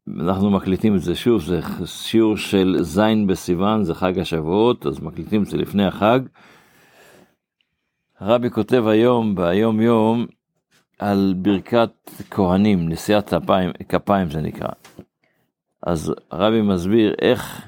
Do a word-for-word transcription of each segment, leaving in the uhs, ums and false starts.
אנחנו מקליטים את זה שוב, זה שיעור של זין בסיוון, זה חג השבועות, אז מקליטים את זה לפני החג. הרבי כותב היום, ביום יום, על ברכת כהנים, נשיאת כפיים, כפיים זה נקרא. אז הרבי מסביר איך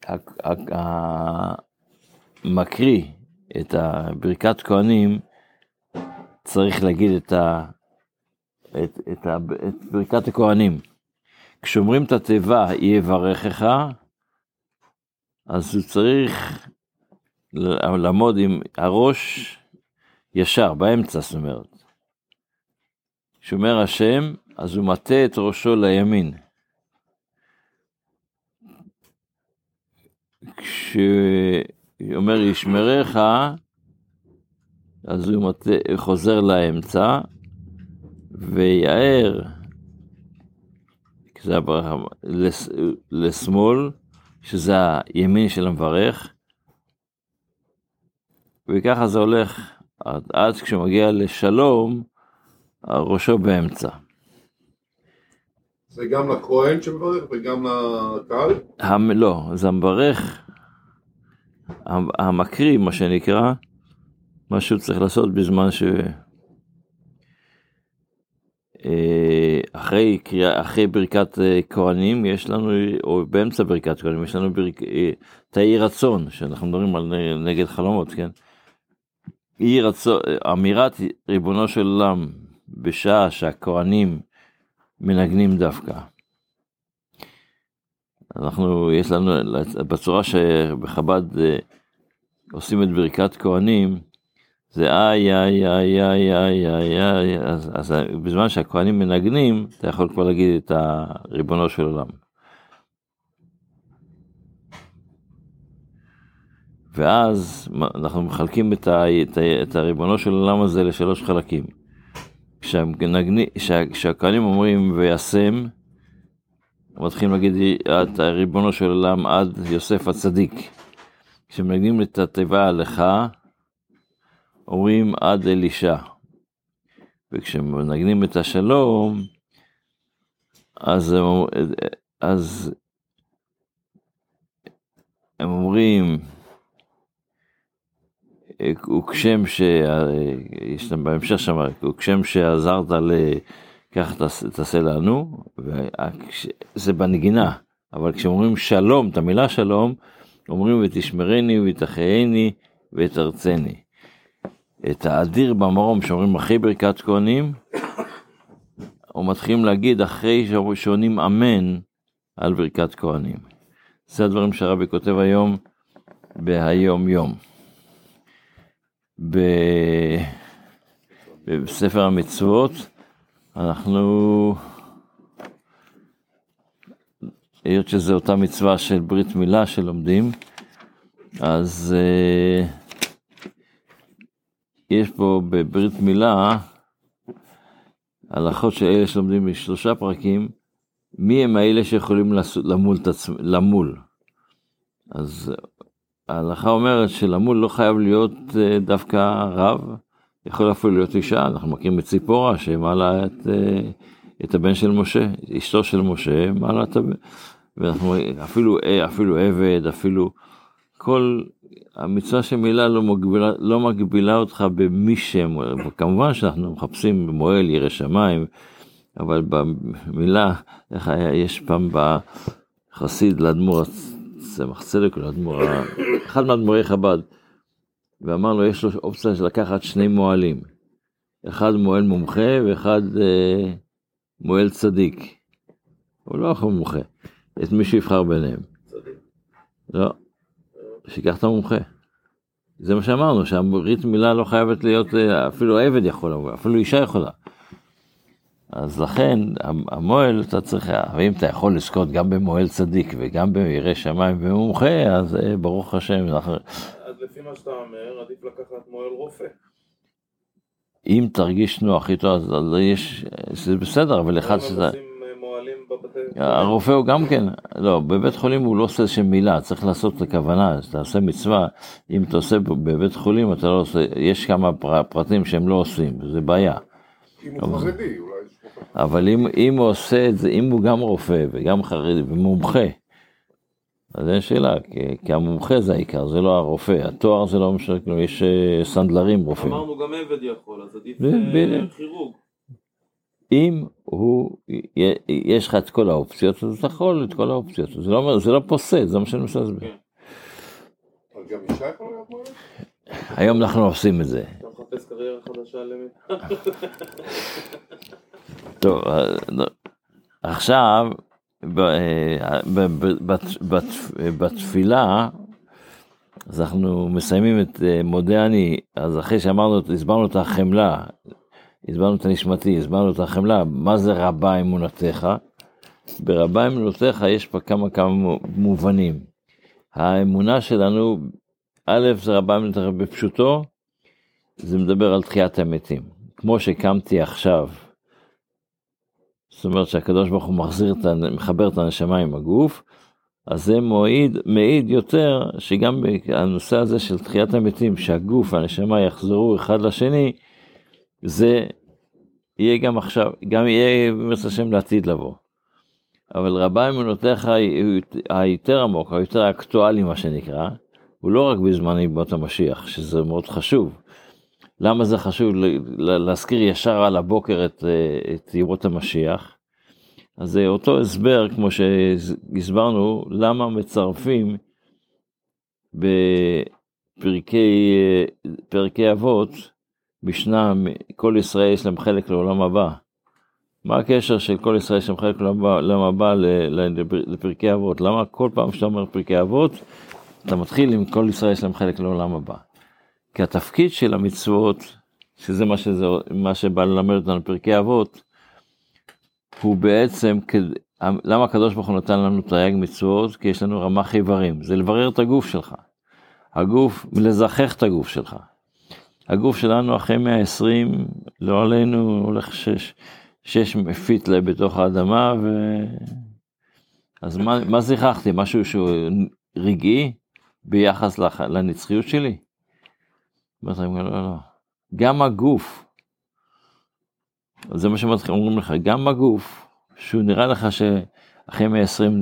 מקריא את ברכת כהנים, צריך להגיד את, ה, את, את, ה, את ברכת הכהנים. כשאומרים את התיבה יברכך, אז הוא צריך לעמוד עם הראש ישר, באמצע, זאת אומרת. כשאומר השם, אז הוא מטה את ראשו לימין. כשאומר ישמרך, אז הוא מטה, חוזר לאמצע, ויער, זה הברכה, לס, לשמאל, שזה הימין של המברך, וככה זה הולך, עד, עד כשמגיע לשלום, ראשו באמצע. זה גם לכהן שמברך וגם לקהל? המ, לא, זה המברך, המקריא, מה שנקרא, מה שהוא צריך לעשות בזמן ש... אחרי, אחרי ברכת כהנים יש לנו, או באמצע ברכת כהנים, יש לנו ברק, תאי רצון, שאנחנו מדברים על נגד חלומות, כן? אי רצון, אמירת ריבונו של עולם, בשעה שהכהנים מנגנים דווקא. אנחנו, יש לנו, בצורה שבחב"ד עושים את ברכת כהנים, זה איי, איי, איי, איי, איי, איי, איי, אז, אז בזמן שהכהנים מנגנים, אתה יכול כבר להגיד את הריבונו של עולם. ואז אנחנו מחלקים את, ה, את, ה, את הריבונו של עולם הזה לשלוש חלקים. כשהכהנים אומרים וישם, מתחילים להגיד את הריבונו של עולם עד יוסף הצדיק. כשמנגנים את התיבה עליך, אומרים עד אלישע. וכשמנגנים את השלום, אז, אז הם אומרים, וכשם ש... יש להם בהמשך שם, וכשם שעזרת לכך תעשה לנו, זה בנגינה, אבל כשאומרים שלום, את המילה שלום, אומרים ותשמרני ותחייני ותרצני. את האדיר במרום שאומרים אחרי ברכת כהנים, ומתחילים להגיד אחרי שעונים אמן על ברכת כהנים. זה הדברים שהרבי כותב היום בהיום יום. בספר המצוות אנחנו, היות שזה אותה מצווה של ברית מילה שלומדים, אז יש פה בברית מילה, הלכות של אלה שלומדים בשלושה פרקים, מי הם האלה שיכולים למול, למול. אז ההלכה אומרת שלמול לא חייב להיות דווקא רב, יכול אפילו להיות אישה. אנחנו מכירים את ציפורה שמעלה את, את הבן של משה, אשתו של משה, מעלה את הבן, ואנחנו אפילו, אפילו עבד, אפילו כל... המצווה של מילה לא מגבילה, לא מגבילה אותך במי שם, וכמובן שאנחנו מחפשים במועל ירא שמיים, אבל במילה, יש פעם בחסיד לאדמו"ר צמח צדק, לאדמו"ר, אחד מאדמו"רי חב"ד, ואמר לו, יש לו אופציה של לקחת שני מועלים, אחד מועל מומחה ואחד אה, מועל צדיק, הוא לא יכול מומחה, את מי שיבחר ביניהם. צדיק. לא. שיקח את המומחה. זה מה שאמרנו, שהברית מילה לא חייבת להיות, אפילו עבד יכול, אפילו אישה יכולה. אז לכן, המועל אתה צריך, ואם אתה יכול לזכות גם במועל צדיק, וגם בירא שמיים ומומחה, אז ברוך השם. אז לפי מה שאתה אומר, עדיף לקחת מועל רופא. אם תרגיש נוח איתו, אז יש, זה בסדר, אבל אחד שזה... הרופא הוא גם כן, לא, בבית חולים הוא לא עושה שם מילה, צריך לעשות את הכוונה, אתה עושה מצווה, אם אתה עושה בבית חולים, אתה לא עושה, יש כמה פרטים שהם לא עושים, זה בעיה. אם הוא חרדי, אולי יש אבל אם, אם הוא עושה את זה, אם הוא גם רופא וגם חרדי ומומחה, אז אין שאלה, כי, כי המומחה זה העיקר, זה לא הרופא, התואר זה לא משנה, יש סנדלרים רופאים. אמרנו גם עבד יכול, אז עדיף כירורג. אם הוא, יש לך את כל האופציות, אז אתה יכול את כל האופציות, זה לא, זה לא פוסט, זה מה שאני מנסה להסביר. אבל גם אישה יכולה להיות מועלת? היום אנחנו עושים את זה. אתה מחפש קריירה חדשה למי? טוב, עכשיו, בתפילה, אז אנחנו מסיימים את מודה אני, אז אחרי שאמרנו, הסברנו את החמלה, הסברנו את הנשמתי, הסברנו את החמלה, מה זה רבה אמונתך? ברבה אמונתך יש פה כמה כמה מובנים. האמונה שלנו, א' זה רבה אמונתך בפשוטו, זה מדבר על תחיית המתים. כמו שקמתי עכשיו, זאת אומרת שהקדוש ברוך הוא מחזיר את, מחבר את הנשמה עם הגוף, אז זה מועיד, מעיד יותר שגם הנושא הזה של תחיית המתים, שהגוף והנשמה יחזרו אחד לשני, זה יהיה גם עכשיו, גם יהיה במרץ השם לעתיד לבוא. אבל רבה אמונותיך היותר עמוק, היותר אקטואלי מה שנקרא, הוא לא רק בזמן ימות המשיח, שזה מאוד חשוב. למה זה חשוב? להזכיר ישר על הבוקר את, את ימות המשיח. אז זה אותו הסבר, כמו שהסברנו, למה מצרפים בפרקי פרקי אבות, משנה, כל ישראל יש להם חלק לעולם הבא. מה הקשר של כל ישראל יש להם חלק לעולם הבא לפרקי אבות? למה כל פעם שאתה אומר פרקי אבות, אתה מתחיל עם כל ישראל יש להם חלק לעולם הבא? כי התפקיד של המצוות, שזה מה, שזה, מה שבא ללמד אותנו פרקי אבות, הוא בעצם, למה הקדוש ברוך הוא נתן לנו תרי"ג מצוות? כי יש לנו רמ"ח איברים, זה לברר את הגוף שלך. הגוף, לזכך את הגוף שלך. הגוף שלנו אחרי מאה ועשרים, לא עלינו, הולך שש, שש פיט בתוך האדמה, ו... אז מה, מה זכחתי? משהו שהוא רגעי ביחס לנצחיות שלי? לא, לא, לא. גם הגוף, זה מה שאומרים לך, גם הגוף, שהוא נראה לך שאחרי מאה ועשרים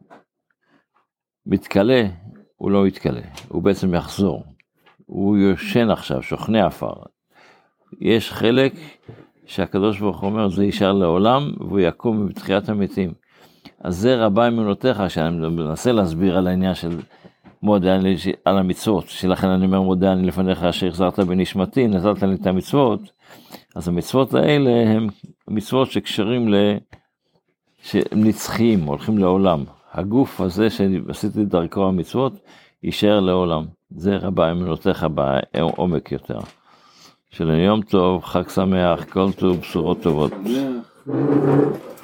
מתקלה, הוא לא יתקלה, הוא בעצם יחזור. הוא יושן עכשיו, שוכני עפר. יש חלק שהקדוש ברוך הוא אומר, זה יישאר לעולם, והוא יקום בתחיית המתים. אז זה רבה אמונותיך, שאני מנסה להסביר על העניין של מודה אני, על המצוות, שלכן אני אומר מודה אני לפניך, אשר החזרת בנשמתי, נתת לי את המצוות. אז המצוות האלה הם מצוות שקשרים ל... שהם נצחיים, הולכים לעולם. הגוף הזה שעשיתי דרכו המצוות, יישאר לעולם. זה רבה אמונותיך בעומק יותר. של יום טוב, חג שמח, כל טוב, בשורות טובות.